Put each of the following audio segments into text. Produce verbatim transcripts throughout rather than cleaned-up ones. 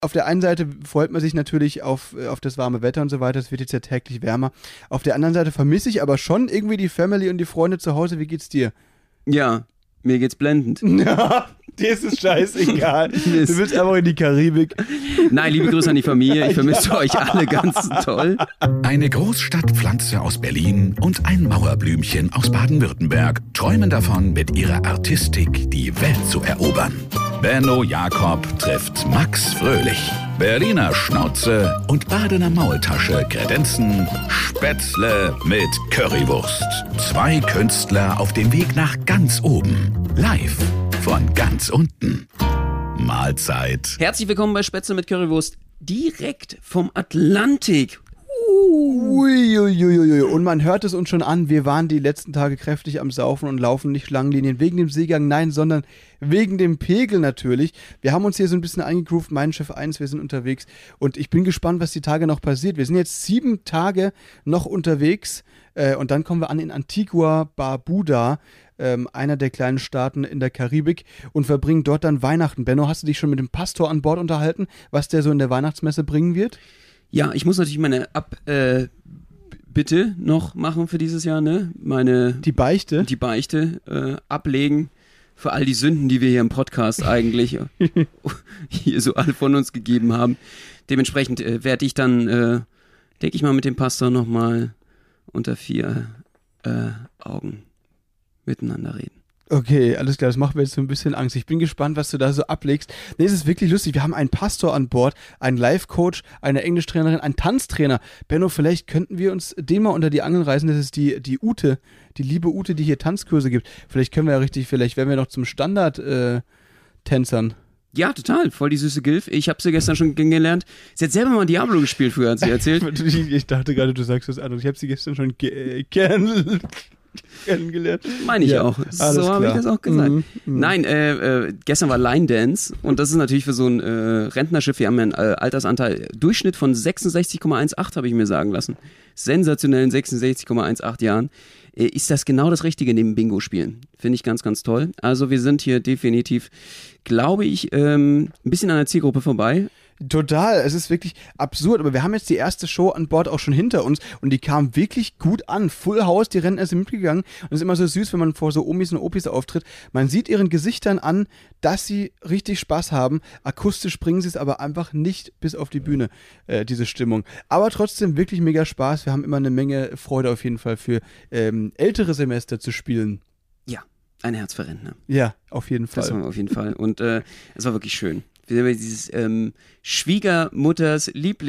auf der einen Seite freut man sich natürlich auf, auf das warme Wetter und so weiter, es wird jetzt ja täglich wärmer. Auf der anderen Seite vermisse ich aber schon irgendwie die Family und die Freunde zu Hause. Wie geht's dir? Ja, mir geht's blendend. Ja, dir ist es scheißegal. Du willst einfach in die Karibik. Nein, liebe Grüße an die Familie. Ich vermisse ja. euch alle ganz toll. Eine Großstadtpflanze aus Berlin und ein Mauerblümchen aus Baden-Württemberg träumen davon, mit ihrer Artistik die Welt zu erobern. Benno Jakob trifft Max Fröhlich. Berliner Schnauze und Badener Maultasche kredenzen Spätzle mit Currywurst. Zwei Künstler auf dem Weg nach ganz oben. Live von ganz unten. Mahlzeit. Herzlich willkommen bei Spätzle mit Currywurst. Direkt vom Atlantik. Uiuiuiui. Und man hört es uns schon an, wir waren die letzten Tage kräftig am Saufen und laufen nicht Schlangenlinien wegen dem Seegang, nein, sondern wegen dem Pegel natürlich. Wir haben uns hier so ein bisschen eingegroovt, mein Chef eins, wir sind unterwegs und ich bin gespannt, was die Tage noch passiert. Wir sind jetzt sieben Tage noch unterwegs äh, und dann kommen wir an in Antigua Barbuda, ähm, einer der kleinen Staaten in der Karibik und verbringen dort dann Weihnachten. Benno, hast du dich schon mit dem Pastor an Bord unterhalten, was der so in der Weihnachtsmesse bringen wird? Ja, ich muss natürlich meine Abbitte äh, noch machen für dieses Jahr, ne? Meine Die Beichte? Die Beichte äh, ablegen für all die Sünden, die wir hier im Podcast eigentlich hier so alle von uns gegeben haben. Dementsprechend äh, werde ich dann, äh, denke ich mal, mit dem Pastor nochmal unter vier äh, Augen miteinander reden. Okay, alles klar, das macht mir jetzt so ein bisschen Angst. Ich bin gespannt, was du da so ablegst. Nee, es ist wirklich lustig. Wir haben einen Pastor an Bord, einen Life-Coach, eine Englischtrainerin, einen Tanztrainer. Benno, vielleicht könnten wir uns den mal unter die Angeln reißen. Das ist die, die Ute, die liebe Ute, die hier Tanzkurse gibt. Vielleicht können wir ja richtig, vielleicht werden wir noch zum Standard-Tänzern. Äh, Ja, total. Voll die süße Gilf. Ich habe sie gestern schon kennengelernt. Sie hat selber mal Diablo gespielt früher, hat sie erzählt. Ich dachte gerade, du sagst was anderes. Ich habe sie gestern schon ge- kennengelernt. kennengelernt. Meine ich ja, auch. So habe ich das auch gesagt. Mhm, Nein, äh, äh, gestern war Line Dance und das ist natürlich für so ein äh, Rentnerschiff, wir haben ja einen äh, Altersanteil, Durchschnitt von sechsundsechzig Komma achtzehn habe ich mir sagen lassen. Sensationellen sechsundsechzig Komma achtzehn Jahren. Äh, ist das genau das Richtige neben Bingo spielen? Finde ich ganz, ganz toll. Also wir sind hier definitiv, glaube ich, ähm, ein bisschen an der Zielgruppe vorbei. Total, es ist wirklich absurd, aber wir haben jetzt die erste Show an Bord auch schon hinter uns und die kam wirklich gut an. Full House, die Rentner sind mitgegangen und es ist immer so süß, wenn man vor so Omis und Opis auftritt. Man sieht ihren Gesichtern an, dass sie richtig Spaß haben. Akustisch bringen sie es aber einfach nicht bis auf die Bühne, äh, diese Stimmung. Aber trotzdem wirklich mega Spaß. Wir haben immer eine Menge Freude auf jeden Fall für ähm, ältere Semester zu spielen. Ja, ein Herz für Rentner. Ja, auf jeden Fall. Das haben wir auf jeden Fall und äh, es war wirklich schön. Wir haben dieses ähm, Schwiegermutters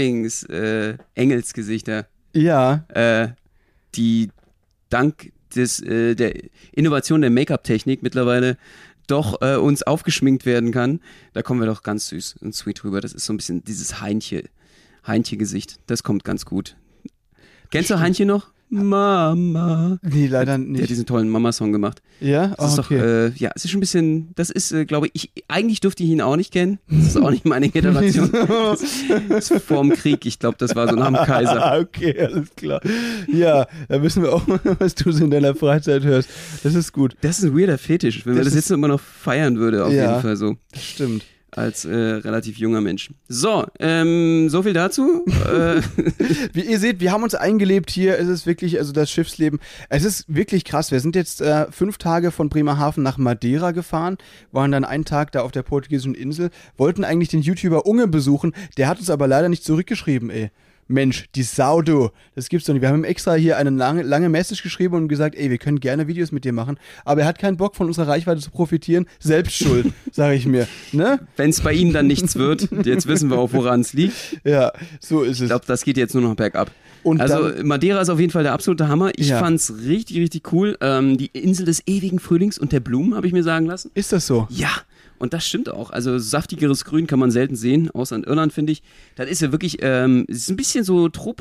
Lieblings-Engelsgesichter, äh, ja. äh, die dank des, äh, der Innovation der Make-up-Technik mittlerweile doch äh, uns aufgeschminkt werden kann. Da kommen wir doch ganz süß und sweet rüber. Das ist so ein bisschen dieses Heinche, Heinche-Gesicht. Das kommt ganz gut. Kennst du Heinche noch? Mama. Nee, leider nicht. Der hat diesen tollen Mama-Song gemacht. Ja? Das ist okay. doch, äh, ja, es ist schon ein bisschen, das ist, äh, glaube ich, ich, eigentlich dürfte ich ihn auch nicht kennen. Das ist auch nicht meine Generation. Das ist vorm Krieg. Ich glaube, das war so nach dem Kaiser. Okay, alles klar. Ja, da wissen wir auch mal, was du so in deiner Freizeit hörst. Das ist gut. Das ist ein weirder Fetisch, wenn man das, das jetzt immer noch feiern würde, auf ja, jeden Fall so. Das stimmt. Als äh, relativ junger Mensch. So, ähm, so viel dazu. äh. Wie ihr seht, wir haben uns eingelebt hier. Es ist wirklich, also das Schiffsleben, es ist wirklich krass. Wir sind jetzt äh, fünf Tage von Bremerhaven nach Madeira gefahren, waren dann einen Tag da auf der portugiesischen Insel, wollten eigentlich den YouTuber Unge besuchen, der hat uns aber leider nicht zurückgeschrieben, ey. Mensch, die Sau, du. Das gibt's doch nicht. Wir haben ihm extra hier eine lange, lange Message geschrieben und gesagt, ey, wir können gerne Videos mit dir machen, aber er hat keinen Bock, von unserer Reichweite zu profitieren. Selbst schuld, sage ich mir. Ne? Wenn es bei ihm dann nichts wird, jetzt wissen wir auch, woran es liegt. Ja, so ist es. Ich glaube, das geht jetzt nur noch bergab. Und also dann, Madeira ist auf jeden Fall der absolute Hammer. Ich ja. fand's richtig, richtig cool. Ähm, die Insel des ewigen Frühlings und der Blumen, habe ich mir sagen lassen. Ist das so? Ja. Und das stimmt auch. Also saftigeres Grün kann man selten sehen, außer in Irland, finde ich. Das ist ja wirklich, ähm, es ist ein bisschen so tropisch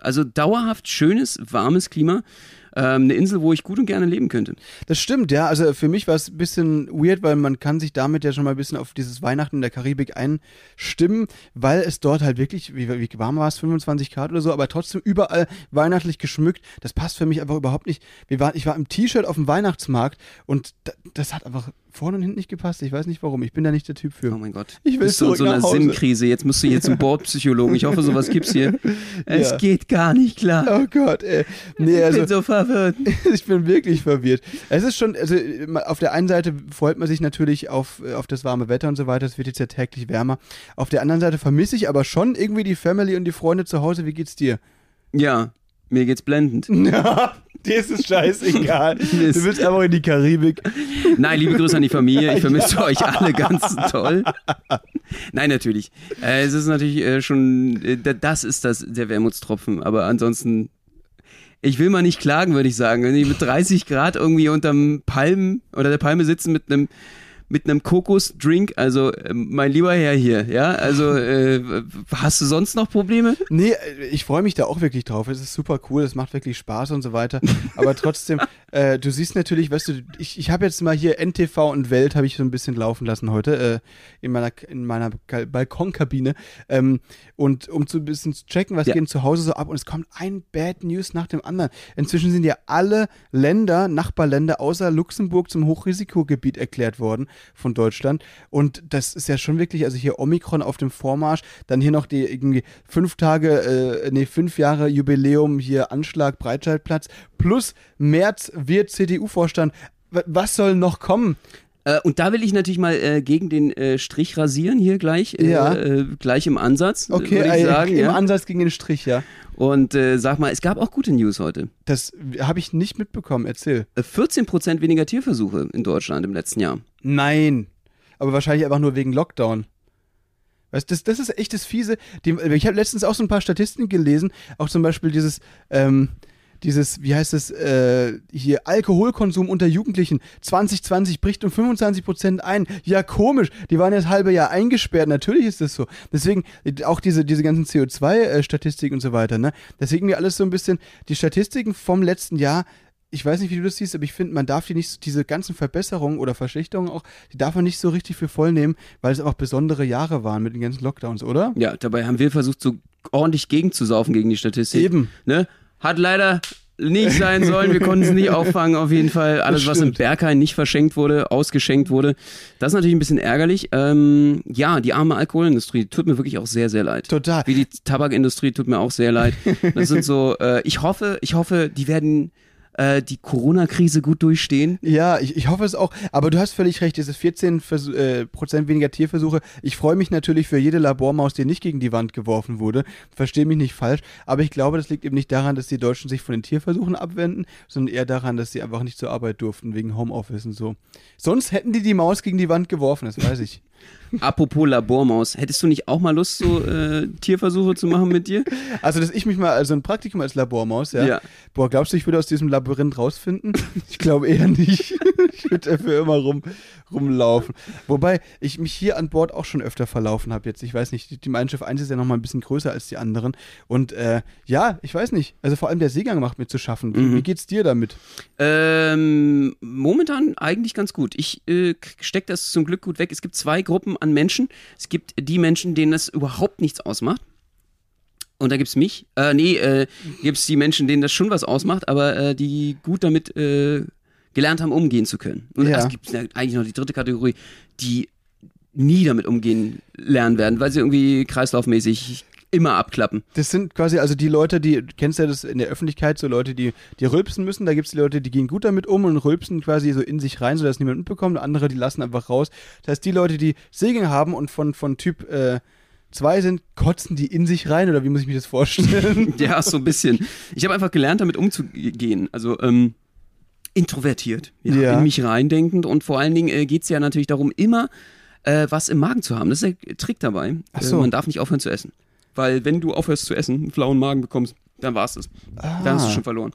Also dauerhaft schönes, warmes Klima. Ähm, eine Insel, wo ich gut und gerne leben könnte. Das stimmt, ja. Also für mich war es ein bisschen weird, weil man kann sich damit ja schon mal ein bisschen auf dieses Weihnachten in der Karibik einstimmen, weil es dort halt wirklich, wie, wie warm war es, fünfundzwanzig Grad oder so, aber trotzdem überall weihnachtlich geschmückt. Das passt für mich einfach überhaupt nicht. Wir waren, ich war im T-Shirt auf dem Weihnachtsmarkt und da, das hat einfach vorne und hinten nicht gepasst. Ich weiß nicht warum. Ich bin da nicht der Typ für. Oh mein Gott. Ich will Bist du in so einer Sinnkrise. Jetzt musst du hier zum Bordpsychologen. Ich hoffe, sowas gibt's hier. Es ja. geht gar nicht klar. Oh Gott, ey. Nee, ich also, bin so verwirrt. Ich bin wirklich verwirrt. Es ist schon, also auf der einen Seite freut man sich natürlich auf, auf das warme Wetter und so weiter. Es wird jetzt ja täglich wärmer. Auf der anderen Seite vermisse ich aber schon irgendwie die Family und die Freunde zu Hause. Wie geht's dir? Ja, mir geht's blendend. Ja, dir ist es scheißegal. Du willst einfach in die Karibik. Nein, liebe Grüße an die Familie. Ich vermisse ja. euch alle ganz toll. Nein, natürlich. Äh, es ist natürlich äh, schon, äh, das ist das, der Wermutstropfen. Aber ansonsten, ich will mal nicht klagen, würde ich sagen. Wenn die mit dreißig Grad irgendwie unterm Palmen oder der Palme sitzen mit einem mit einem Kokosdrink, also äh, mein lieber Herr hier, ja, also äh, hast du sonst noch Probleme? Nee, ich freue mich da auch wirklich drauf, es ist super cool, es macht wirklich Spaß und so weiter, aber trotzdem, äh, du siehst natürlich, weißt du, ich, ich habe jetzt mal hier N T V und Welt, habe ich so ein bisschen laufen lassen heute, äh, in meiner, in meiner Balkonkabine, ähm, und um zu ein bisschen zu checken, was ja. geht zu Hause so ab, und es kommt ein Bad News nach dem anderen. Inzwischen sind ja alle Länder, Nachbarländer außer Luxemburg zum Hochrisikogebiet erklärt worden von Deutschland, und das ist ja schon wirklich, also hier Omikron auf dem Vormarsch, dann hier noch die irgendwie fünf Tage, äh, nee, fünf Jahre Jubiläum, hier Anschlag, Breitscheidplatz, plus März wird C D U-Vorstand. W- was soll noch kommen? Äh, und da will ich natürlich mal äh, gegen den äh, Strich rasieren hier gleich, äh, ja. äh, gleich im Ansatz, okay, würde ich äh, sagen. Im ja. Ansatz gegen den Strich, ja. Und äh, sag mal, es gab auch gute News heute. Das habe ich nicht mitbekommen, erzähl. vierzehn Prozent weniger Tierversuche in Deutschland im letzten Jahr. Nein, aber wahrscheinlich einfach nur wegen Lockdown. Weißt, das, das ist echt das Fiese. Die, ich habe letztens auch so ein paar Statistiken gelesen, auch zum Beispiel dieses, ähm, dieses, wie heißt es, äh, hier, Alkoholkonsum unter Jugendlichen. zwanzig zwanzig bricht um fünfundzwanzig Prozent ein. Ja, komisch. Die waren ja das halbe Jahr eingesperrt. Natürlich ist das so. Deswegen, auch diese, diese ganzen C O zwei Statistiken und so weiter, ne? Deswegen mir alles so ein bisschen, die Statistiken vom letzten Jahr, ich weiß nicht, wie du das siehst, aber ich finde, man darf die nicht, so, diese ganzen Verbesserungen oder Verschlechterungen auch, die darf man nicht so richtig für voll nehmen, weil es auch besondere Jahre waren mit den ganzen Lockdowns, oder? Ja, dabei haben wir versucht, so ordentlich gegenzusaufen gegen die Statistik. Eben. Ne? Hat leider nicht sein sollen, wir konnten es nicht auffangen, auf jeden Fall. Alles, was im Berghain nicht verschenkt wurde, ausgeschenkt wurde. Das ist natürlich ein bisschen ärgerlich. Ähm, ja, die arme Alkoholindustrie tut mir wirklich auch sehr, sehr leid. Total. Wie die Tabakindustrie tut mir auch sehr leid. Das sind so, äh, ich hoffe, ich hoffe, die werden äh, die Corona-Krise gut durchstehen. Ja, ich, ich hoffe es auch. Aber du hast völlig recht, diese vierzehn Vers- äh, Prozent weniger Tierversuche. Ich freue mich natürlich für jede Labormaus, die nicht gegen die Wand geworfen wurde. Verstehe mich nicht falsch. Aber ich glaube, das liegt eben nicht daran, dass die Deutschen sich von den Tierversuchen abwenden, sondern eher daran, dass sie einfach nicht zur Arbeit durften, wegen Homeoffice und so. Sonst hätten die die Maus gegen die Wand geworfen, das weiß ich. Apropos Labormaus, hättest du nicht auch mal Lust, so äh, Tierversuche zu machen mit dir? Also, dass ich mich mal, also ein Praktikum als Labormaus, ja. ja. Boah, glaubst du, ich würde aus diesem Labyrinth rausfinden? Ich glaube eher nicht. Ich würde dafür immer rum, rumlaufen. Wobei ich mich hier an Bord auch schon öfter verlaufen habe jetzt. Ich weiß nicht, die, die Mein Schiff eins ist ja nochmal ein bisschen größer als die anderen. Und äh, ja, ich weiß nicht. Also vor allem der Seegang macht mir zu schaffen. Wie, mhm. wie geht's dir damit? Ähm, momentan eigentlich ganz gut. Ich äh, stecke das zum Glück gut weg. Es gibt zwei Gruppen an Menschen. Es gibt die Menschen, denen das überhaupt nichts ausmacht. Und da gibt's mich. Äh, nee, äh, gibt's die Menschen, denen das schon was ausmacht, aber äh, die gut damit äh, gelernt haben, umgehen zu können. Und ja. es gibt ja eigentlich noch die dritte Kategorie, die nie damit umgehen lernen werden, weil sie irgendwie kreislaufmäßig immer abklappen. Das sind quasi also die Leute, die, du kennst ja das in der Öffentlichkeit, so Leute, die, die rülpsen müssen, da gibt es die Leute, die gehen gut damit um und rülpsen quasi so in sich rein, sodass niemand mitbekommt, andere, die lassen einfach raus. Das heißt, die Leute, die Segeln haben und von, von Typ äh, zwei sind, kotzen die in sich rein, oder wie muss ich mir das vorstellen? Ja, so ein bisschen. Ich habe einfach gelernt, damit umzugehen, also ähm, introvertiert, ja, ja. in mich reindenkend, und vor allen Dingen äh, geht es ja natürlich darum, immer äh, was im Magen zu haben. Das ist der Trick dabei. Ach so. Äh, man darf nicht aufhören zu essen. Weil wenn du aufhörst zu essen, einen flauen Magen bekommst, dann war's das. Ah. Dann hast du schon verloren.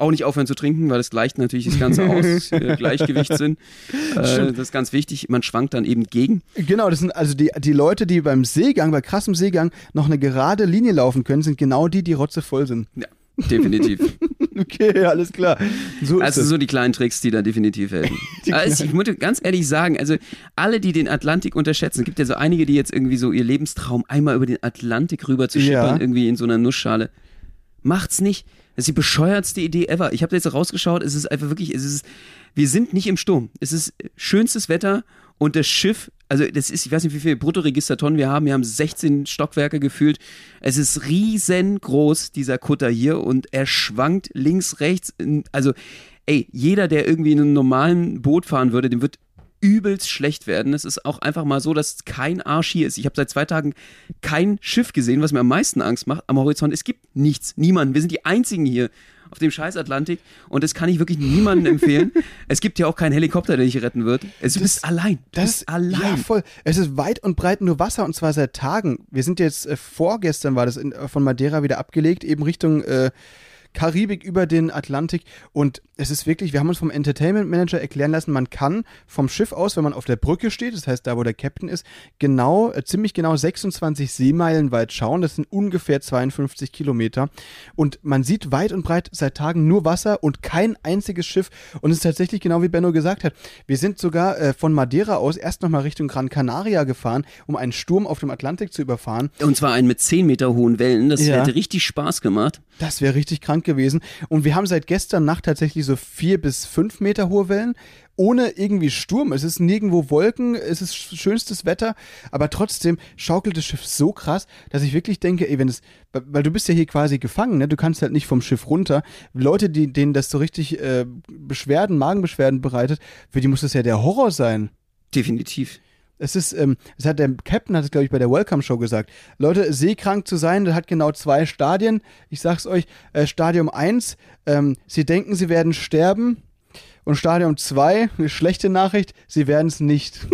Auch nicht aufhören zu trinken, weil das gleicht natürlich das Ganze aus. äh, Gleichgewichtssinn. Äh, das ist ganz wichtig. Man schwankt dann eben gegen. Genau, das sind also die, die Leute, die beim Seegang, bei krassem Seegang noch eine gerade Linie laufen können, sind genau die, die rotzevoll sind. Ja, definitiv. Okay, alles klar. So also ist so die kleinen Tricks, die da definitiv helfen. Also ich muss ganz ehrlich sagen, also alle, die den Atlantik unterschätzen, es gibt ja so einige, die jetzt irgendwie so ihr Lebenstraum einmal über den Atlantik rüber zu schippern, Ja. irgendwie in so einer Nussschale. Macht's nicht. Das ist die bescheuertste Idee ever. Ich habe jetzt rausgeschaut, es ist einfach wirklich, es ist, wir sind nicht im Sturm. Es ist schönstes Wetter und das Schiff, also das ist, ich weiß nicht, wie viele Bruttoregistertonnen wir haben, wir haben sechzehn Stockwerke gefühlt. Es ist riesengroß, dieser Kutter hier, und er schwankt links, rechts, also ey, jeder, der irgendwie in einem normalen Boot fahren würde, dem wird übelst schlecht werden. Es ist auch einfach mal so, dass kein Arsch hier ist. Ich habe seit zwei Tagen kein Schiff gesehen, was mir am meisten Angst macht am Horizont. Es gibt nichts, niemanden. Wir sind die Einzigen hier auf dem scheiß Atlantik und das kann ich wirklich niemandem empfehlen. Es gibt ja auch keinen Helikopter, der dich retten wird. Es Das- ist allein. Du Das bist allein. Ja, voll. Es ist weit und breit nur Wasser, und zwar seit Tagen. Wir sind jetzt, äh, vorgestern war das in, äh, von Madeira wieder abgelegt, eben Richtung äh, Karibik über den Atlantik, und es ist wirklich, wir haben uns vom Entertainment Manager erklären lassen, man kann vom Schiff aus, wenn man auf der Brücke steht, das heißt da, wo der Captain ist, genau, äh, ziemlich genau sechsundzwanzig Seemeilen weit schauen, das sind ungefähr zweiundfünfzig Kilometer, und man sieht weit und breit seit Tagen nur Wasser und kein einziges Schiff, und es ist tatsächlich genau wie Benno gesagt hat, wir sind sogar äh, von Madeira aus erst nochmal Richtung Gran Canaria gefahren, um einen Sturm auf dem Atlantik zu überfahren. Und zwar einen mit zehn Meter hohen Wellen. Das Ja. hätte richtig Spaß gemacht. Das wäre richtig krank gewesen. Und wir haben seit gestern Nacht tatsächlich so vier bis fünf Meter hohe Wellen, ohne irgendwie Sturm. Es ist nirgendwo Wolken, es ist schönstes Wetter, aber trotzdem schaukelt das Schiff so krass, dass ich wirklich denke, ey, wenn es, weil du bist ja hier quasi gefangen, ne? Du kannst halt nicht vom Schiff runter. Leute, die, denen das so richtig äh, Beschwerden, Magenbeschwerden bereitet, für die muss das ja der Horror sein. Definitiv. Es ist, ähm, es hat der Captain hat es, glaube ich, bei der Welcome-Show gesagt. Leute, seekrank zu sein, das hat genau zwei Stadien. Ich sag's euch, äh, Stadium eins, ähm, sie denken, sie werden sterben. Und Stadium zwei, eine schlechte Nachricht, sie werden es nicht.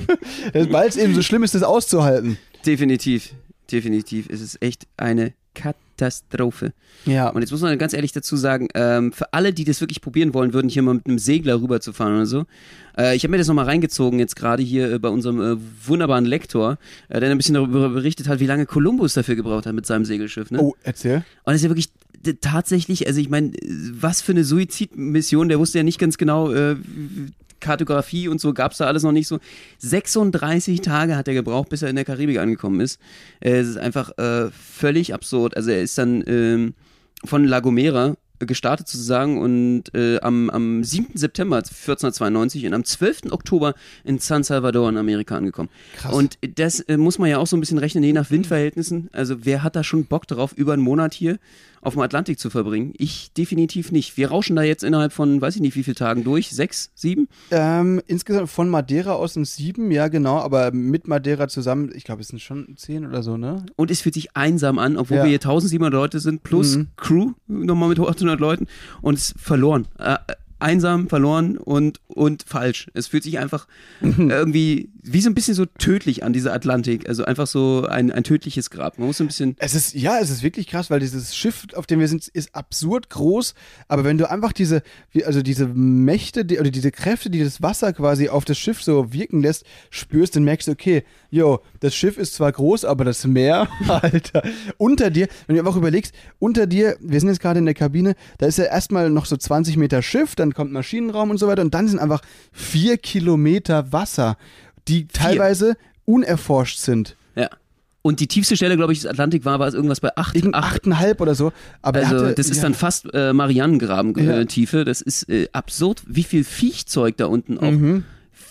Weil es eben so schlimm ist, das auszuhalten. Definitiv. Definitiv. Es ist echt eine Katastrophe. Ja. Und jetzt muss man ganz ehrlich dazu sagen, ähm, für alle, die das wirklich probieren wollen würden, hier mal mit einem Segler rüberzufahren oder so, äh, ich habe mir das nochmal reingezogen jetzt gerade hier äh, bei unserem äh, wunderbaren Lektor, äh, der ein bisschen darüber berichtet hat, wie lange Kolumbus dafür gebraucht hat mit seinem Segelschiff. Ne? Oh, erzähl. Und das ist ja wirklich d- tatsächlich, also ich meine, was für eine Suizidmission, der wusste ja nicht ganz genau, äh, Kartografie und so gab's da alles noch nicht so. sechsunddreißig Tage hat er gebraucht, bis er in der Karibik angekommen ist. Äh, es ist einfach äh, völlig absurd. Also er ist dann ähm, von La Gomera gestartet sozusagen und äh, am, am siebten September vierzehnhundertzweiundneunzig und am zwölften Oktober in San Salvador in Amerika angekommen. Krass. Und das äh, muss man ja auch so ein bisschen rechnen, je nach Windverhältnissen. Also wer hat da schon Bock drauf, über einen Monat hier auf dem Atlantik zu verbringen? Ich definitiv nicht. Wir rauschen da jetzt innerhalb von, weiß ich nicht, wie viele Tagen durch? Sechs, sieben? Ähm, insgesamt von Madeira aus sind sieben, ja genau, aber mit Madeira zusammen, ich glaube, es sind schon zehn oder so, ne? Und es fühlt sich einsam an, obwohl Ja. wir hier eintausendsiebenhundert Leute sind, plus Mhm. Crew, nochmal mit achthundert Leuten, und es ist verloren. Äh, einsam, verloren und, und falsch. Es fühlt sich einfach irgendwie wie so ein bisschen so tödlich an, dieser Atlantik. Also einfach so ein, ein tödliches Grab. Man muss so ein bisschen... Es ist, ja, es ist wirklich krass, weil dieses Schiff, auf dem wir sind, ist absurd groß, aber wenn du einfach diese, wie- also diese Mächte, die, oder diese Kräfte, die das Wasser quasi auf das Schiff so wirken lässt, spürst, dann merkst du, okay, jo, das Schiff ist zwar groß, aber das Meer, Alter, unter dir, wenn du einfach überlegst, unter dir, wir sind jetzt gerade in der Kabine, da ist ja erstmal noch so zwanzig Meter Schiff, dann kommt Maschinenraum und so weiter, und dann sind einfach vier Kilometer Wasser, die teilweise unerforscht sind. Ja. Und die tiefste Stelle, glaube ich, des Atlantik war, war es irgendwas bei acht. Irgend acht achteinhalb oder so. Aber er also hatte, das ist ja. dann fast äh, Marianengraben-Tiefe. Ja. Das ist äh, absurd, wie viel Viechzeug da unten auch, Mhm.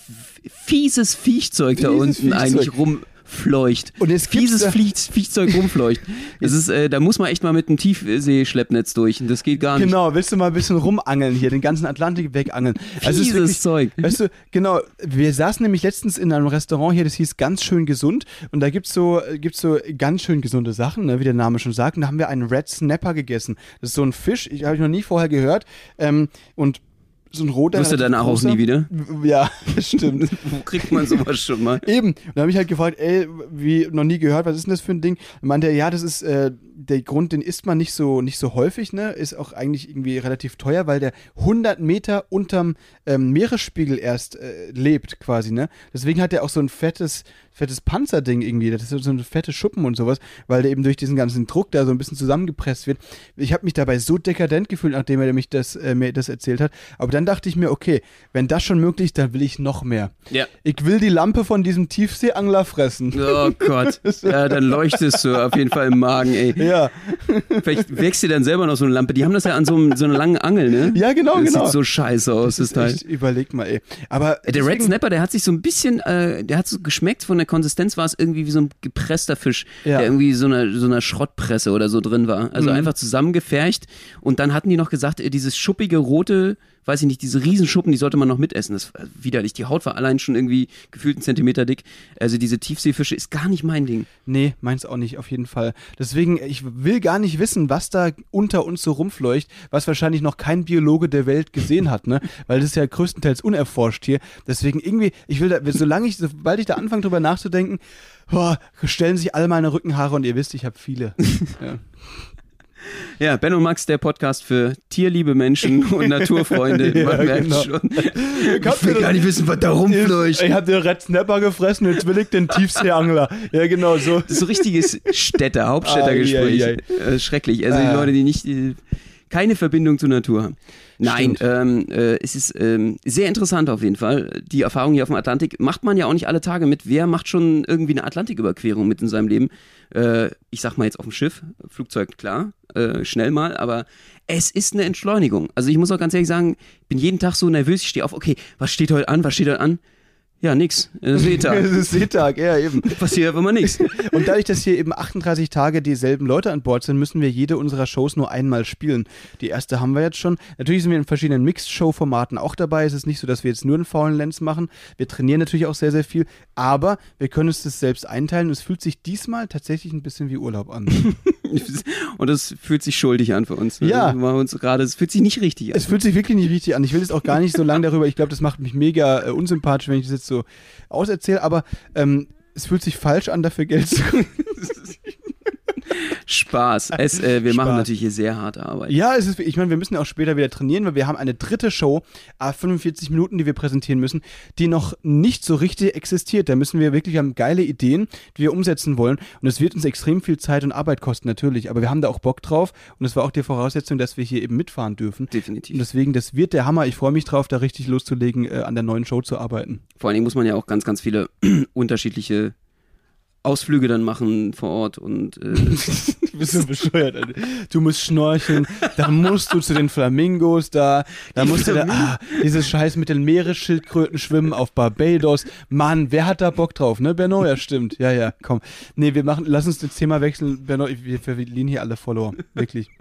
f- fieses Viechzeug da Fieses unten Viechzeug. eigentlich rumfleucht. Und jetzt gibt's Fieses da- Viech, Viechzeug rumfleucht. Das ist, äh, da muss man echt mal mit einem Tiefseeschleppnetz durch. Und das geht gar nicht. Genau, willst du mal ein bisschen rumangeln hier, den ganzen Atlantik wegangeln. Also es ist Fieses wirklich, Zeug. Weißt du, genau, wir saßen nämlich letztens in einem Restaurant hier, das hieß ganz schön gesund, und da gibt's so, gibt's so ganz schön gesunde Sachen, ne, wie der Name schon sagt, und da haben wir einen Red Snapper gegessen. Das ist so ein Fisch, ich habe ich noch nie vorher gehört, ähm, und so ein roter. Wusste danach auch nie wieder? Ja, stimmt. Wo kriegt man sowas schon mal? Eben. Und da habe ich halt gefragt, ey, wie noch nie gehört, was ist denn das für ein Ding? Und meinte er, ja, das ist äh, der Grund, den isst man nicht so, nicht so häufig, ne? Ist auch eigentlich irgendwie relativ teuer, weil der hundert Meter unterm ähm, Meeresspiegel erst äh, lebt quasi, ne? Deswegen hat er auch so ein fettes, fettes Panzerding irgendwie, das ist so ein fette Schuppen und sowas, weil der eben durch diesen ganzen Druck da so ein bisschen zusammengepresst wird. Ich habe mich dabei so dekadent gefühlt, nachdem er mich das, äh, mir das erzählt hat. Aber dann dachte ich mir, okay, wenn das schon möglich ist, dann will ich noch mehr. Ja. Ich will die Lampe von diesem Tiefseeangler fressen. Oh Gott. Ja, dann leuchtest du auf jeden Fall im Magen, ey. Ja. Vielleicht wächst dir dann selber noch so eine Lampe. Die haben das ja an so, einem, so einer langen Angel, ne? Ja, genau, das genau. Sieht so scheiße aus, das, das Teil. Echt, überleg mal, ey. Aber der Red Snapper, der hat sich so ein bisschen, äh, der hat so geschmeckt, von der Konsistenz war es irgendwie wie so ein gepresster Fisch, ja. der irgendwie so einer so einer Schrottpresse oder so drin war. Also mhm. einfach zusammengefercht. Und dann hatten die noch gesagt, dieses schuppige, rote, weiß ich nicht, diese Riesenschuppen, die sollte man noch mitessen. Das war widerlich. Die Haut war allein schon irgendwie gefühlt einen Zentimeter dick. Also diese Tiefseefische ist gar nicht mein Ding. Nee, meins auch nicht, auf jeden Fall. Deswegen, ich will gar nicht wissen, was da unter uns so rumfleucht, was wahrscheinlich noch kein Biologe der Welt gesehen hat, ne? Weil das ist ja größtenteils unerforscht hier. Deswegen irgendwie, ich will da, solange ich, sobald ich da anfange drüber nachzudenken, boah, stellen sich alle meine Rückenhaare und ihr wisst, ich habe viele. Ja. Ja, Ben und Max, der Podcast für tierliebe Menschen und Naturfreunde. Ja, Man merkt genau. schon. Ich will gar nicht wissen, was da rumfleucht. Ich hab den Red Snapper gefressen, jetzt will ich den Tiefseeangler. Ja, genau so. Das ist so richtiges Städter, Hauptstädtergespräch. Ah, ja, ja. Äh, schrecklich. Also ah. die Leute, die nicht die, keine Verbindung zur Natur haben. Nein, ähm, äh, es ist ähm, sehr interessant auf jeden Fall. Die Erfahrung hier auf dem Atlantik macht man ja auch nicht alle Tage mit. Wer macht schon irgendwie eine Atlantiküberquerung mit in seinem Leben? Äh, ich sag mal jetzt auf dem Schiff, Flugzeug, klar, äh, schnell mal, aber es ist eine Entschleunigung. Also ich muss auch ganz ehrlich sagen, ich bin jeden Tag so nervös, ich stehe auf, okay, was steht heute an, was steht heute an? Ja, nix. Seetag. Es ist Seetag, ja, eben. Passiert einfach mal nichts. Und dadurch, dass hier eben achtunddreißig Tage dieselben Leute an Bord sind, müssen wir jede unserer Shows nur einmal spielen. Die erste haben wir jetzt schon. Natürlich sind wir in verschiedenen Mixed-Show-Formaten auch dabei. Es ist nicht so, dass wir jetzt nur einen faulen Lenz machen. Wir trainieren natürlich auch sehr, sehr viel. Aber wir können uns das selbst einteilen. Und es fühlt sich diesmal tatsächlich ein bisschen wie Urlaub an. Und es fühlt sich schuldig an für uns. Ja. Wir uns gerade, es fühlt sich nicht richtig an. Es fühlt sich wirklich nicht richtig an. Ich will jetzt auch gar nicht so lange darüber. Ich glaube, das macht mich mega äh, unsympathisch, wenn ich das jetzt so auserzähle. Aber ähm, es fühlt sich falsch an, dafür Geld zu Spaß. Es, äh, wir Spaß. machen natürlich hier sehr harte Arbeit. Ja, es ist, ich meine, wir müssen ja auch später wieder trainieren, weil wir haben eine dritte Show, äh, fünfundvierzig Minuten, die wir präsentieren müssen, die noch nicht so richtig existiert. Da müssen wir wirklich, wir haben geile Ideen, die wir umsetzen wollen. Und es wird uns extrem viel Zeit und Arbeit kosten, natürlich. Aber wir haben da auch Bock drauf. Und es war auch die Voraussetzung, dass wir hier eben mitfahren dürfen. Definitiv. Und deswegen, das wird der Hammer. Ich freue mich drauf, da richtig loszulegen, äh, an der neuen Show zu arbeiten. Vor allen Dingen muss man ja auch ganz, ganz viele unterschiedliche Ausflüge dann machen vor Ort und äh du bist so bescheuert, Alter. Du musst schnorcheln, dann musst du zu den Flamingos da, da musst du da, ah, dieses Scheiß mit den Meeresschildkröten schwimmen auf Barbados. Mann, wer hat da Bock drauf, ne, Benno? Ja, stimmt. Ja, ja, komm. Nee, wir machen, lass uns das Thema wechseln, Benno, wir verlieren hier alle Follower, wirklich.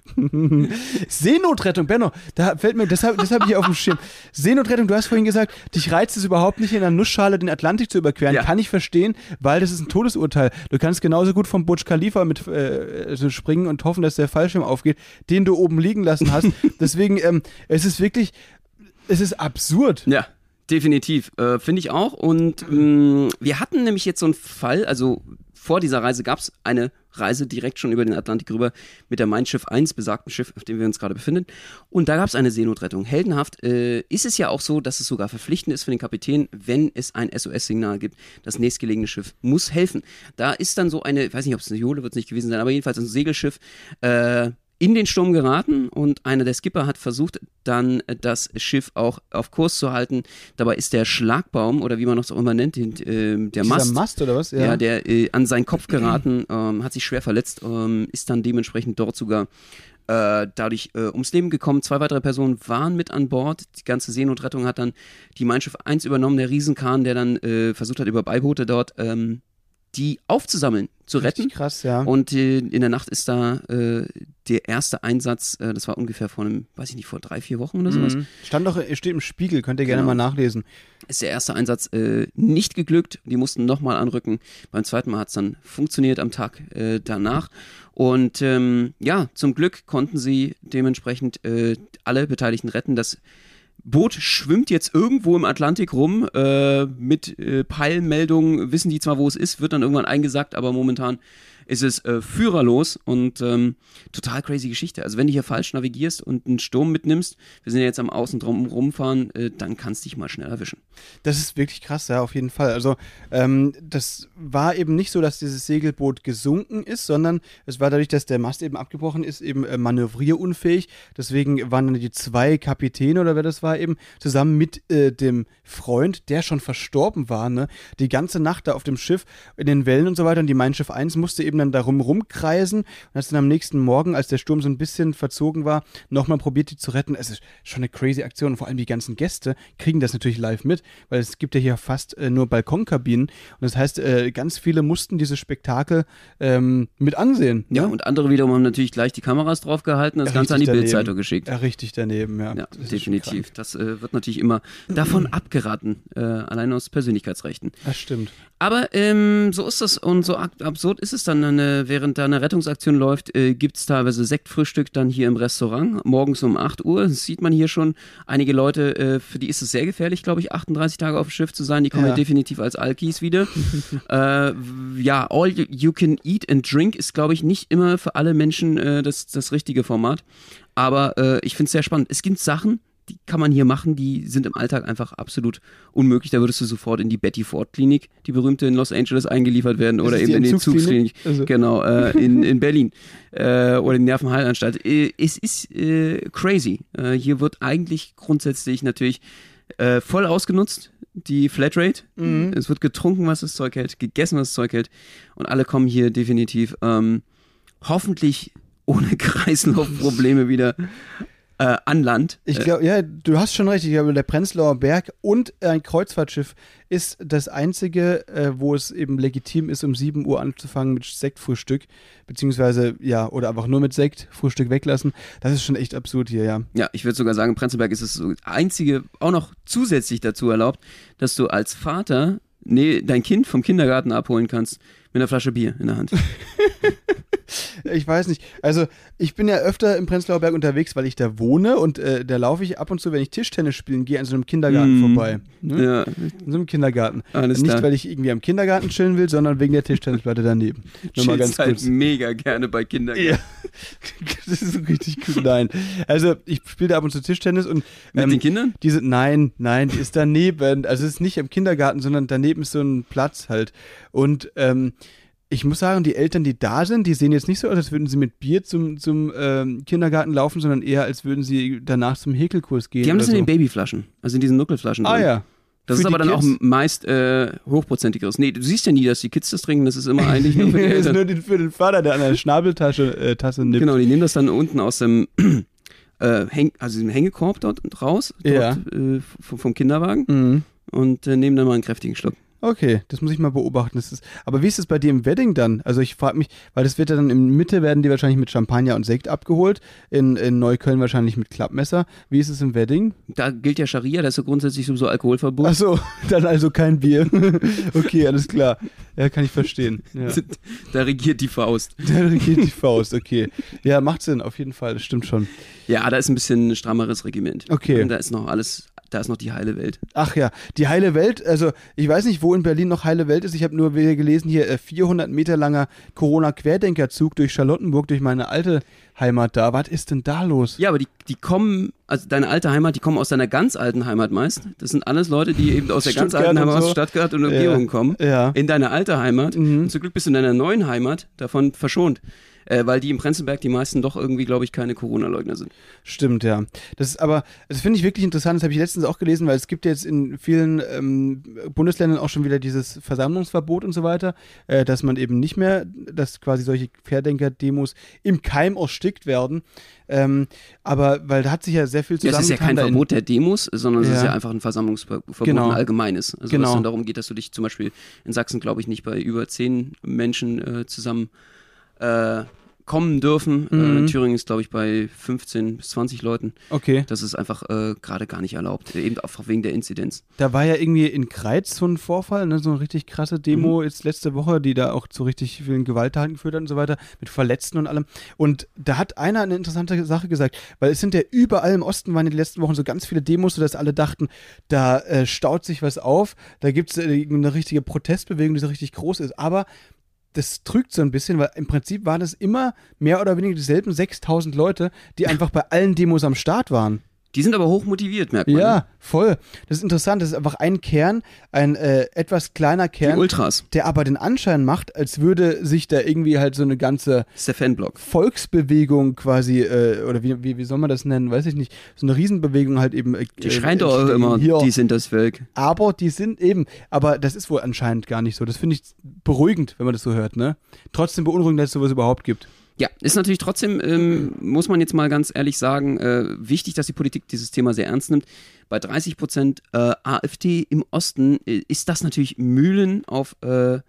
Seenotrettung, Benno, da fällt mir, das habe das hab ich auf dem Schirm. Seenotrettung, du hast vorhin gesagt, dich reizt es überhaupt nicht, in einer Nussschale den Atlantik zu überqueren. Ja. Kann ich verstehen, weil das ist ein Todesurteil. Du kannst genauso gut vom Burj Khalifa mit äh, so springen und hoffen, dass der Fallschirm aufgeht, den du oben liegen lassen hast. Deswegen, ähm, es ist wirklich, es ist absurd. Ja, definitiv. Äh, Finde ich auch. Und mh, wir hatten nämlich jetzt so einen Fall, also vor dieser Reise gab es eine Reise direkt schon über den Atlantik rüber mit der Mein Schiff eins, besagten Schiff, auf dem wir uns gerade befinden. Und da gab es eine Seenotrettung. Heldenhaft äh, ist es ja auch so, dass es sogar verpflichtend ist für den Kapitän, wenn es ein S O S-Signal gibt. Das nächstgelegene Schiff muss helfen. Da ist dann so eine, ich weiß nicht, ob es eine Jole wird es nicht gewesen sein, aber jedenfalls ein Segelschiff, äh, in den Sturm geraten und einer der Skipper hat versucht, dann das Schiff auch auf Kurs zu halten. Dabei ist der Schlagbaum, oder wie man das auch immer nennt, den, äh, der Dieser Mast, Mast oder was? Ja, ja der äh, an seinen Kopf geraten, ähm, hat sich schwer verletzt, ähm, ist dann dementsprechend dort sogar äh, dadurch äh, ums Leben gekommen. Zwei weitere Personen waren mit an Bord. Die ganze Seenotrettung hat dann die Mein Schiff eins übernommen, der Riesenkahn, der dann äh, versucht hat, über Beiboote dort ähm, die aufzusammeln, zu retten. Richtig krass, ja. Und äh, in der Nacht ist da äh, der erste Einsatz, äh, das war ungefähr vor einem, weiß ich nicht, vor drei, vier Wochen oder sowas. Mhm. Stand doch, steht im Spiegel, könnt ihr gerne Genau. mal nachlesen. Ist der erste Einsatz äh, nicht geglückt. Die mussten nochmal anrücken. Beim zweiten Mal hat es dann funktioniert am Tag äh, danach. Und ähm, ja, zum Glück konnten sie dementsprechend äh, alle Beteiligten retten. Das Boot schwimmt jetzt irgendwo im Atlantik rum, äh, mit äh, Peilmeldungen, wissen die zwar, wo es ist, wird dann irgendwann eingesackt, aber momentan ist es äh, führerlos und ähm, total crazy Geschichte. Also wenn du hier falsch navigierst und einen Sturm mitnimmst, wir sind ja jetzt am Außen drum rumfahren, äh, dann kannst du dich mal schnell erwischen. Das ist wirklich krass, ja, auf jeden Fall. Also ähm, das war eben nicht so, dass dieses Segelboot gesunken ist, sondern es war dadurch, dass der Mast eben abgebrochen ist, eben äh, manövrierunfähig. Deswegen waren dann die zwei Kapitäne oder wer das war eben, zusammen mit äh, dem Freund, der schon verstorben war, ne, die ganze Nacht da auf dem Schiff in den Wellen und so weiter. Und die Mein Schiff eins musste eben dann darum rumkreisen und hat dann am nächsten Morgen, als der Sturm so ein bisschen verzogen war, nochmal probiert, die zu retten. Es ist schon eine crazy Aktion und vor allem die ganzen Gäste kriegen das natürlich live mit, weil es gibt ja hier fast äh, nur Balkonkabinen und das heißt, äh, ganz viele mussten dieses Spektakel ähm, mit ansehen. Ja, ne? und andere wiederum haben natürlich gleich die Kameras drauf gehalten und das Ja, Ganze an die richtig Bildzeitung geschickt. Ja, richtig daneben, ja. Ja, Das ist definitiv. schon krank. Das äh, wird natürlich immer davon abgeraten, äh, allein aus Persönlichkeitsrechten. Das stimmt. Aber ähm, so ist das und so ab- absurd ist es dann, eine, während da eine Rettungsaktion läuft, äh, gibt es teilweise Sektfrühstück dann hier im Restaurant, morgens um acht Uhr, das sieht man hier schon, einige Leute, äh, für die ist es sehr gefährlich, glaube ich, achtunddreißig Tage auf dem Schiff zu sein, die kommen Ja. ja definitiv als Alkis wieder. äh, ja, all you, you can eat and drink ist, glaube ich, nicht immer für alle Menschen äh, das, das richtige Format, aber äh, ich finde es sehr spannend. Es gibt Sachen, die kann man hier machen, die sind im Alltag einfach absolut unmöglich. Da würdest du sofort in die Betty Ford Klinik, die berühmte in Los Angeles, eingeliefert werden oder Ist eben die in die Entzugsklinik? Entzugsklinik, Also. genau, äh, in, in Berlin äh, oder die Nervenheilanstalt. Äh, es ist äh, crazy. Äh, hier wird eigentlich grundsätzlich natürlich äh, voll ausgenutzt, die Flatrate. Mhm. Es wird getrunken, was das Zeug hält, gegessen, was das Zeug hält und alle kommen hier definitiv ähm, hoffentlich ohne Kreislaufprobleme wieder Äh, an Land. Ich glaube, ja, du hast schon recht. Ich glaube, der Prenzlauer Berg und ein Kreuzfahrtschiff ist das einzige, äh, wo es eben legitim ist, um sieben Uhr anzufangen mit Sektfrühstück, beziehungsweise, ja, oder einfach nur mit Sekt, Frühstück weglassen. Das ist schon echt absurd hier, ja. Ja, ich würde sogar sagen, in Prenzlberg ist es so einzige, auch noch zusätzlich dazu erlaubt, dass du als Vater nee, dein Kind vom Kindergarten abholen kannst mit einer Flasche Bier in der Hand. Ich weiß nicht. Also, ich bin ja öfter im Prenzlauer Berg unterwegs, weil ich da wohne und äh, da laufe ich ab und zu, wenn ich Tischtennis spielen gehe, an so einem Kindergarten Mm. vorbei. Ne? Ja, In so einem Kindergarten. alles Nicht, klar. weil ich irgendwie am Kindergarten chillen will, sondern wegen der Tischtennisplatte daneben. Nur mal ganz Chillst halt kurz. mega gerne bei Kindergarten. Ja, das ist so richtig cool. Nein. Also, ich spiele da ab und zu Tischtennis und Mit ähm, den Kindern? diese, nein, nein, die ist daneben. Also, es ist nicht im Kindergarten, sondern daneben ist so ein Platz halt. Und ähm, ich muss sagen, die Eltern, die da sind, die sehen jetzt nicht so aus, als würden sie mit Bier zum, zum ähm, Kindergarten laufen, sondern eher, als würden sie danach zum Häkelkurs gehen. Die haben das in oder den Babyflaschen, also in diesen Nuckelflaschen so. Ah drin. ja. Das Für ist aber die dann Kids? auch meist äh, hochprozentigeres. Nee, du siehst ja nie, dass die Kids das trinken, das ist immer eigentlich nur für die Das ist Eltern. nur den, für den Vater, der an der Schnabeltasche äh, Tasse nimmt. Genau, die nehmen das dann unten aus dem äh, Häng, also dem Hängekorb dort raus, dort, Ja. äh, vom, vom Kinderwagen Mhm. und äh, nehmen dann mal einen kräftigen Schluck. Okay, das muss ich mal beobachten. Das ist, aber wie ist es bei dir im Wedding dann? Also ich frage mich, weil das wird ja dann in Mitte, werden die wahrscheinlich mit Champagner und Sekt abgeholt, in, in Neukölln wahrscheinlich mit Klappmesser. Wie ist es im Wedding? Da gilt ja Scharia, da ist ja grundsätzlich sowieso Alkoholverbot. Achso, dann also kein Bier. Okay, alles klar. Ja, kann ich verstehen. Ja. Da regiert die Faust. Da regiert die Faust, okay. Ja, macht Sinn, auf jeden Fall, das stimmt schon. Ja, da ist ein bisschen ein strammeres Regiment. Okay. Und da ist noch alles, da ist noch die heile Welt. Ach ja, die heile Welt, also ich weiß nicht, wo in Berlin noch heile Welt ist. Ich habe nur wieder gelesen, hier äh, vierhundert Meter langer Corona-Querdenkerzug durch Charlottenburg, durch meine alte Heimat da. Was ist denn da los? Ja, aber die, die kommen, also deine alte Heimat, die kommen aus deiner ganz alten Heimat meist. Das sind alles Leute, die eben aus der ganz Stuttgart alten und Heimat, so. aus Stuttgart und Umgebung Ja. kommen. Ja. In deine alte Heimat. Mhm. Und zum Glück bist du in deiner neuen Heimat davon verschont. Äh, weil die im Prenzlberg die meisten doch irgendwie, glaube ich, keine Corona-Leugner sind. Stimmt, ja. Das ist aber, das finde ich wirklich interessant, das habe ich letztens auch gelesen, weil es gibt jetzt in vielen ähm, Bundesländern auch schon wieder dieses Versammlungsverbot und so weiter, äh, dass man eben nicht mehr, dass quasi solche Querdenker-Demos im Keim erstickt werden. Ähm, aber, weil da hat sich ja sehr viel Ja, es ist ja zusammengetan. kein da in- Verbot der Demos, sondern es Ja. ist ja einfach ein Versammlungsverbot, Genau. ein allgemeines. Also Genau. was dann darum geht, dass du dich zum Beispiel in Sachsen, glaube ich, nicht bei über zehn Menschen äh, zusammen äh, kommen dürfen. Mhm. Äh, Thüringen ist, glaube ich, bei fünfzehn bis zwanzig Leuten. Okay. Das ist einfach äh, gerade gar nicht erlaubt, eben einfach wegen der Inzidenz. Da war ja irgendwie in Greiz so ein Vorfall, ne, so eine richtig krasse Demo mhm. jetzt letzte Woche, die da auch zu richtig vielen Gewalttaten geführt hat und so weiter, mit Verletzten und allem. Und da hat einer eine interessante Sache gesagt, weil es sind ja überall im Osten, waren in den letzten Wochen so ganz viele Demos, sodass alle dachten, da äh, staut sich was auf, da gibt es äh, eine richtige Protestbewegung, die so richtig groß ist. Aber das trügt so ein bisschen, weil im Prinzip waren es immer mehr oder weniger dieselben sechstausend Leute, die einfach bei allen Demos am Start waren. Die sind aber hoch motiviert, merkt man. Ja, voll. Das ist interessant. Das ist einfach ein Kern, ein äh, etwas kleiner Kern. Die Ultras. Der aber den Anschein macht, als würde sich da irgendwie halt so eine ganze das ist der Fanblock. Volksbewegung quasi, äh, oder wie, wie, wie soll man das nennen, weiß ich nicht, so eine Riesenbewegung halt eben. Äh, die schreien doch auch immer, hier. Die sind das Volk. Aber die sind eben, aber das ist wohl anscheinend gar nicht so. Das finde ich beruhigend, wenn man das so hört, ne? Trotzdem beunruhigend, dass es sowas überhaupt gibt. Ja, ist natürlich trotzdem, ähm, muss man jetzt mal ganz ehrlich sagen, äh, wichtig, dass die Politik dieses Thema sehr ernst nimmt. Bei dreißig Prozent äh, AfD im Osten äh, ist das natürlich Mühlen auf äh,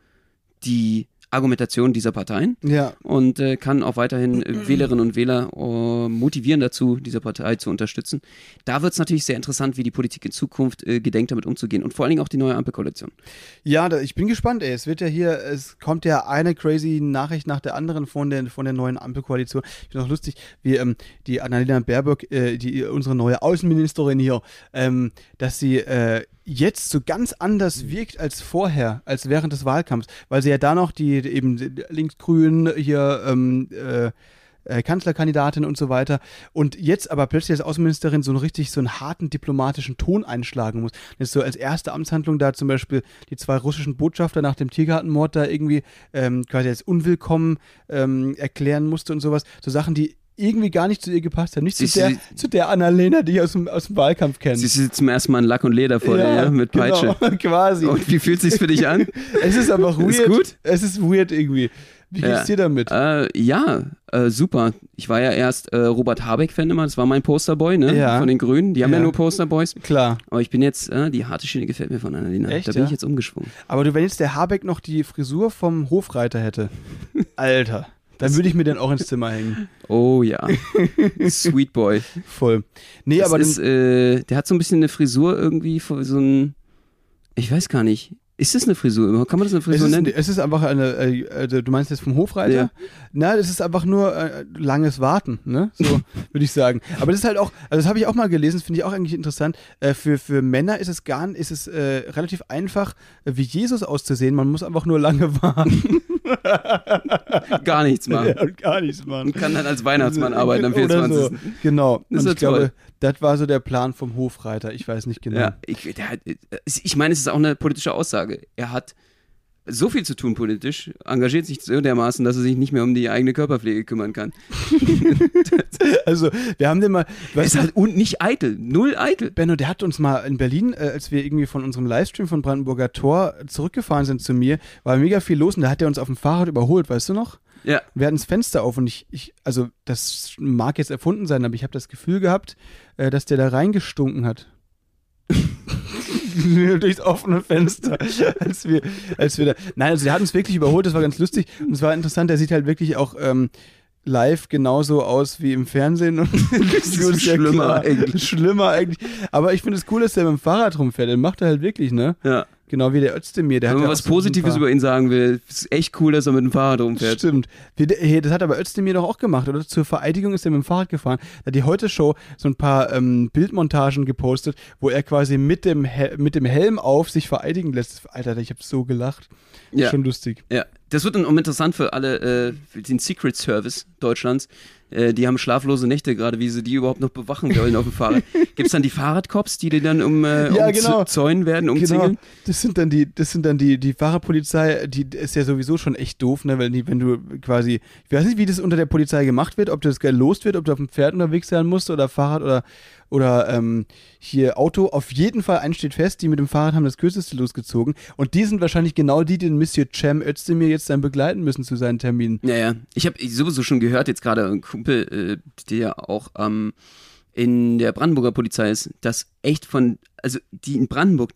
die Argumentation dieser Parteien ja. und äh, kann auch weiterhin äh, Wählerinnen und Wähler äh, motivieren dazu, diese Partei zu unterstützen. Da wird es natürlich sehr interessant, wie die Politik in Zukunft äh, gedenkt, damit umzugehen und vor allen Dingen auch die neue Ampelkoalition. Ja, da, ich bin gespannt, ey. Es wird ja hier, es kommt ja eine crazy Nachricht nach der anderen von der, von der neuen Ampelkoalition. Ich finde auch lustig, wie ähm, die Annalena Baerbock, äh, die, unsere neue Außenministerin hier, ähm, dass sie äh, jetzt so ganz anders wirkt als vorher, als während des Wahlkampfs, weil sie ja da noch die, die eben die linksgrün hier ähm, äh, äh, Kanzlerkandidatin und so weiter und jetzt aber plötzlich als Außenministerin so einen richtig so einen harten diplomatischen Ton einschlagen muss. Das ist so als erste Amtshandlung da zum Beispiel die zwei russischen Botschafter nach dem Tiergartenmord da irgendwie ähm, quasi als unwillkommen ähm, erklären musste und sowas. So Sachen, die irgendwie gar nicht zu ihr gepasst haben. Nicht sie, zu, der, sie, zu der Annalena, die ich aus dem, aus dem Wahlkampf kenne. Sie sitzt zum ersten Mal in Lack und Leder vor ja, dir, ja, mit Peitsche. Genau, quasi. Und wie fühlt es sich für dich an? Es ist einfach weird. Ist gut? Es ist weird irgendwie. Wie geht's ja. dir damit? Äh, ja, äh, super. Ich war ja erst äh, Robert Habeck-Fan immer, das war mein Posterboy, ne? Ja. Von den Grünen. Die haben ja, ja nur Posterboys. Klar. Aber ich bin jetzt, äh, die harte Schiene gefällt mir von Annalena. Echt, da bin ja? ich jetzt umgeschwungen. Aber du, wenn jetzt der Habeck noch die Frisur vom Hofreiter hätte, Alter, dann würde ich mir den auch ins Zimmer hängen. Oh ja. Sweet Boy. Voll. Nee, das aber ist, äh, der hat so ein bisschen eine Frisur irgendwie, so ein, ich weiß gar nicht. Ist das eine Frisur? Kann man das eine Frisur es ist, nennen? Es ist einfach eine, äh, also du meinst jetzt vom Hofreiter? Ja. Na, das ist einfach nur äh, langes Warten, ne? So würde ich sagen. Aber das ist halt auch, also das habe ich auch mal gelesen, finde ich auch eigentlich interessant. Äh, für, für Männer ist es gar ist es äh, relativ einfach, äh, wie Jesus auszusehen. Man muss einfach nur lange warten. Gar nichts machen. Ja, gar nichts machen. Und kann dann als Weihnachtsmann arbeiten am vierundzwanzigsten So. Genau. Das ist und ja ich glaube, toll. das war so der Plan vom Hofreiter. Ich weiß nicht genau. Ja, ich, der, ich meine, es ist auch eine politische Aussage. Er hat so viel zu tun politisch, engagiert sich so dermaßen, dass er sich nicht mehr um die eigene Körperpflege kümmern kann. Also, wir haben den mal... Er ist halt und nicht eitel, null eitel. Benno, der hat uns mal in Berlin, äh, als wir irgendwie von unserem Livestream von Brandenburger Tor zurückgefahren sind zu mir, war mega viel los und da hat er uns auf dem Fahrrad überholt, weißt du noch? Ja. Wir hatten das Fenster auf und ich, ich also das mag jetzt erfunden sein, aber ich habe das Gefühl gehabt, äh, dass der da reingestunken hat. Durchs offene Fenster, als wir, als wir da, nein, also der hat uns wirklich überholt, das war ganz lustig und es war interessant, der sieht halt wirklich auch ähm, live genauso aus wie im Fernsehen und das ist schlimmer klar, eigentlich. Schlimmer eigentlich, aber ich finde es cool, dass der mit dem Fahrrad rumfährt, den macht er halt wirklich, ne? Ja. Genau wie der Özdemir. Der Wenn hat man ja was so Positives über ihn sagen will, ist echt cool, dass er mit dem Fahrrad rumfährt. Stimmt. Hey, das hat aber Özdemir doch auch gemacht, oder? Zur Vereidigung ist er mit dem Fahrrad gefahren. Da hat die Heute-Show so ein paar ähm, Bildmontagen gepostet, wo er quasi mit dem, Hel- mit dem Helm auf sich vereidigen lässt. Alter, ich habe so gelacht. Ja. Schon lustig. Ja. Das wird dann auch interessant für alle, äh, für den Secret Service Deutschlands. Äh, die haben schlaflose Nächte gerade, wie sie die überhaupt noch bewachen wollen auf dem Fahrrad. Gibt es dann die Fahrradcops, die die dann um, äh, ja, genau. umzäunen werden, umzingeln? Genau. Das sind dann die, das sind dann die, die Fahrradpolizei, die ist ja sowieso schon echt doof, ne, weil die, wenn du quasi, ich weiß nicht, wie das unter der Polizei gemacht wird, ob das gelost wird, ob du auf dem Pferd unterwegs sein musst oder Fahrrad oder oder ähm, hier Auto, auf jeden Fall eins steht fest, die mit dem Fahrrad haben das Kürzeste losgezogen und die sind wahrscheinlich genau die, die den Monsieur Cem Özdemir jetzt dann begleiten müssen zu seinen Terminen. Ja, ja. Ich habe sowieso schon gehört, jetzt gerade ein Kumpel, äh, der auch ähm, in der Brandenburger Polizei ist, dass echt von, also die in Brandenburg, die,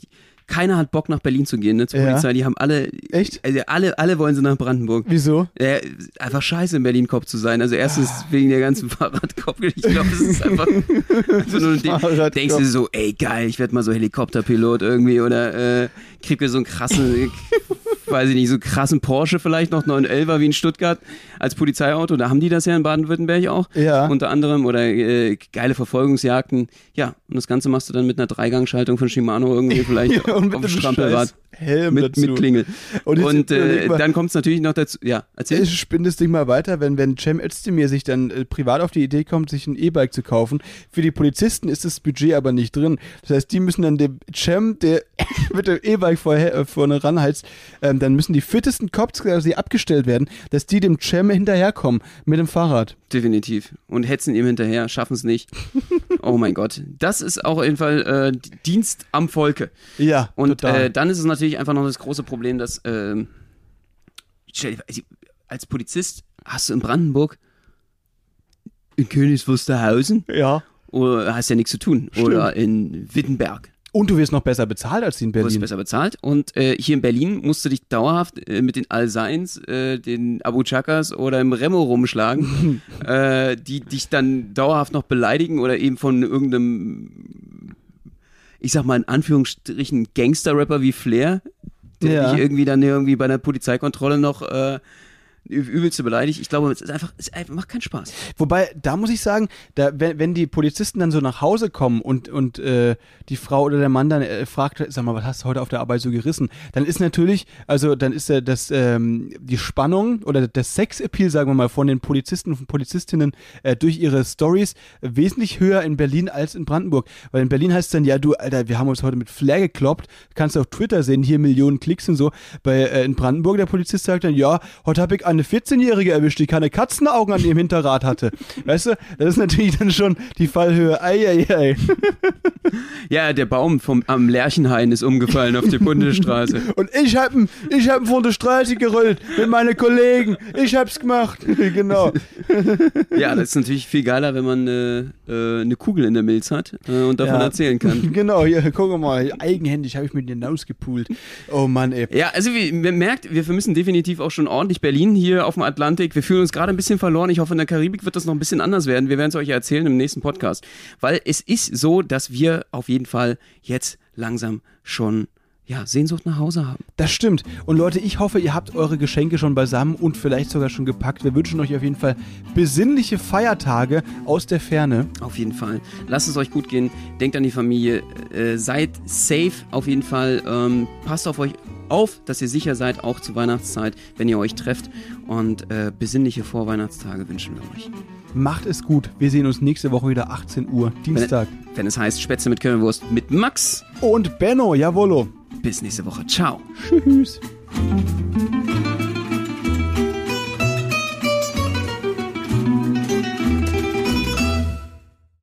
keiner hat Bock nach Berlin zu gehen, ne, zur Ja. Polizei. Die haben alle, Echt? Also alle, alle wollen sie nach Brandenburg. Wieso? Ja, einfach scheiße, in Berlin Cop zu sein. Also erstens Ah. wegen der ganzen Fahrradkopf. Ich glaube, es ist einfach, also nur dem, Fahrradkopf. denkst du so, ey geil, ich werde mal so Helikopterpilot irgendwie oder äh, krieg mir so einen krassen, weiß ich nicht, so einen krassen Porsche vielleicht noch, neun elfer wie in Stuttgart als Polizeiauto. Da haben die das ja in Baden-Württemberg auch. Ja. Unter anderem oder äh, geile Verfolgungsjagden. Ja, und das Ganze machst du dann mit einer Dreigangschaltung von Shimano irgendwie vielleicht Ja, und mit auf dem einem Strampelrad. scheiß Helm Mit, dazu. mit Klingel. Und Und, jetzt überleg äh, mal- dann kommt es natürlich noch dazu. Ja, erzähl. Ich spinne das Ding mal weiter, wenn, wenn Cem Özdemir sich dann äh, privat auf die Idee kommt, sich ein E-Bike zu kaufen. Für die Polizisten ist das Budget aber nicht drin. Das heißt, die müssen dann dem Cem, der mit dem E-Bike vorher, äh, vorne ranheizt, ähm, dann müssen die fittesten Cops quasi abgestellt werden, dass die dem Cem hinterherkommen mit dem Fahrrad. Definitiv. Und hetzen ihm hinterher, schaffen es nicht. Oh mein Gott. Das ist auch auf jeden Fall äh, Dienst am Volke. Ja, Und total. äh, dann ist es natürlich einfach noch das große Problem, dass ähm, stell dir, als Polizist hast du in Brandenburg in Königs Wusterhausen ja. oder hast ja nichts zu tun. Stimmt. Oder in Wittenberg. Und du wirst noch besser bezahlt als die in Du wirst Berlin. besser bezahlt. Und äh, hier in Berlin musst du dich dauerhaft äh, mit den Al-Seins, äh, den Abu Chakas oder im Remo rumschlagen, äh, die dich dann dauerhaft noch beleidigen oder eben von irgendeinem, ich sag mal in Anführungsstrichen, Gangster-Rapper wie Flair, der Ja. dich irgendwie dann irgendwie bei einer Polizeikontrolle noch äh, übelste beleidigt. Ich glaube, es ist einfach, es einfach macht keinen Spaß. Wobei, da muss ich sagen, da, wenn, wenn die Polizisten dann so nach Hause kommen und, und äh, die Frau oder der Mann dann äh, fragt, sag mal, was hast du heute auf der Arbeit so gerissen? Dann ist natürlich, also dann ist äh, das, ähm, die Spannung oder das Sexappeal, sagen wir mal, von den Polizisten und Polizistinnen äh, durch ihre Stories wesentlich höher in Berlin als in Brandenburg. Weil in Berlin heißt es dann, ja du, Alter, wir haben uns heute mit Flair gekloppt, kannst du auf Twitter sehen, hier Millionen Klicks und so. Bei, äh, in Brandenburg, der Polizist sagt dann, ja, heute habe ich eine vierzehnjährige erwischt, die keine Katzenaugen an ihrem Hinterrad hatte. Weißt du, das ist natürlich dann schon die Fallhöhe. Eieiei. Ja, der Baum vom, am Lerchenhain ist umgefallen auf der Bundesstraße. Und ich hab ihn, ich hab ihn von der Straße gerollt mit meinen Kollegen. Ich hab's gemacht. Genau. Ja, das ist natürlich viel geiler, wenn man äh, äh, eine Kugel in der Milz hat äh, und davon Ja. erzählen kann. Genau, hier, guck mal, eigenhändig habe ich mit dir ausgepult. Oh Mann, ey. Ja, also wie, man merkt, wir vermissen definitiv auch schon ordentlich Berlin hier auf dem Atlantik. Wir fühlen uns gerade ein bisschen verloren. Ich hoffe, in der Karibik wird das noch ein bisschen anders werden. Wir werden es euch erzählen im nächsten Podcast. Weil es ist so, dass wir auf jeden Fall jetzt langsam schon ja, Sehnsucht nach Hause haben. Das stimmt. Und Leute, ich hoffe, ihr habt eure Geschenke schon beisammen und vielleicht sogar schon gepackt. Wir wünschen euch auf jeden Fall besinnliche Feiertage aus der Ferne. Auf jeden Fall. Lasst es euch gut gehen. Denkt an die Familie. Äh, seid safe auf jeden Fall. Ähm, passt auf euch auf, dass ihr sicher seid, auch zur Weihnachtszeit, wenn ihr euch trefft. Und äh, besinnliche Vorweihnachtstage wünschen wir euch. Macht es gut. Wir sehen uns nächste Woche wieder achtzehn Uhr, Dienstag. Wenn, wenn es heißt Spätzle mit Currywurst mit Max. Und Benno, jawollo. Bis nächste Woche. Ciao. Tschüss.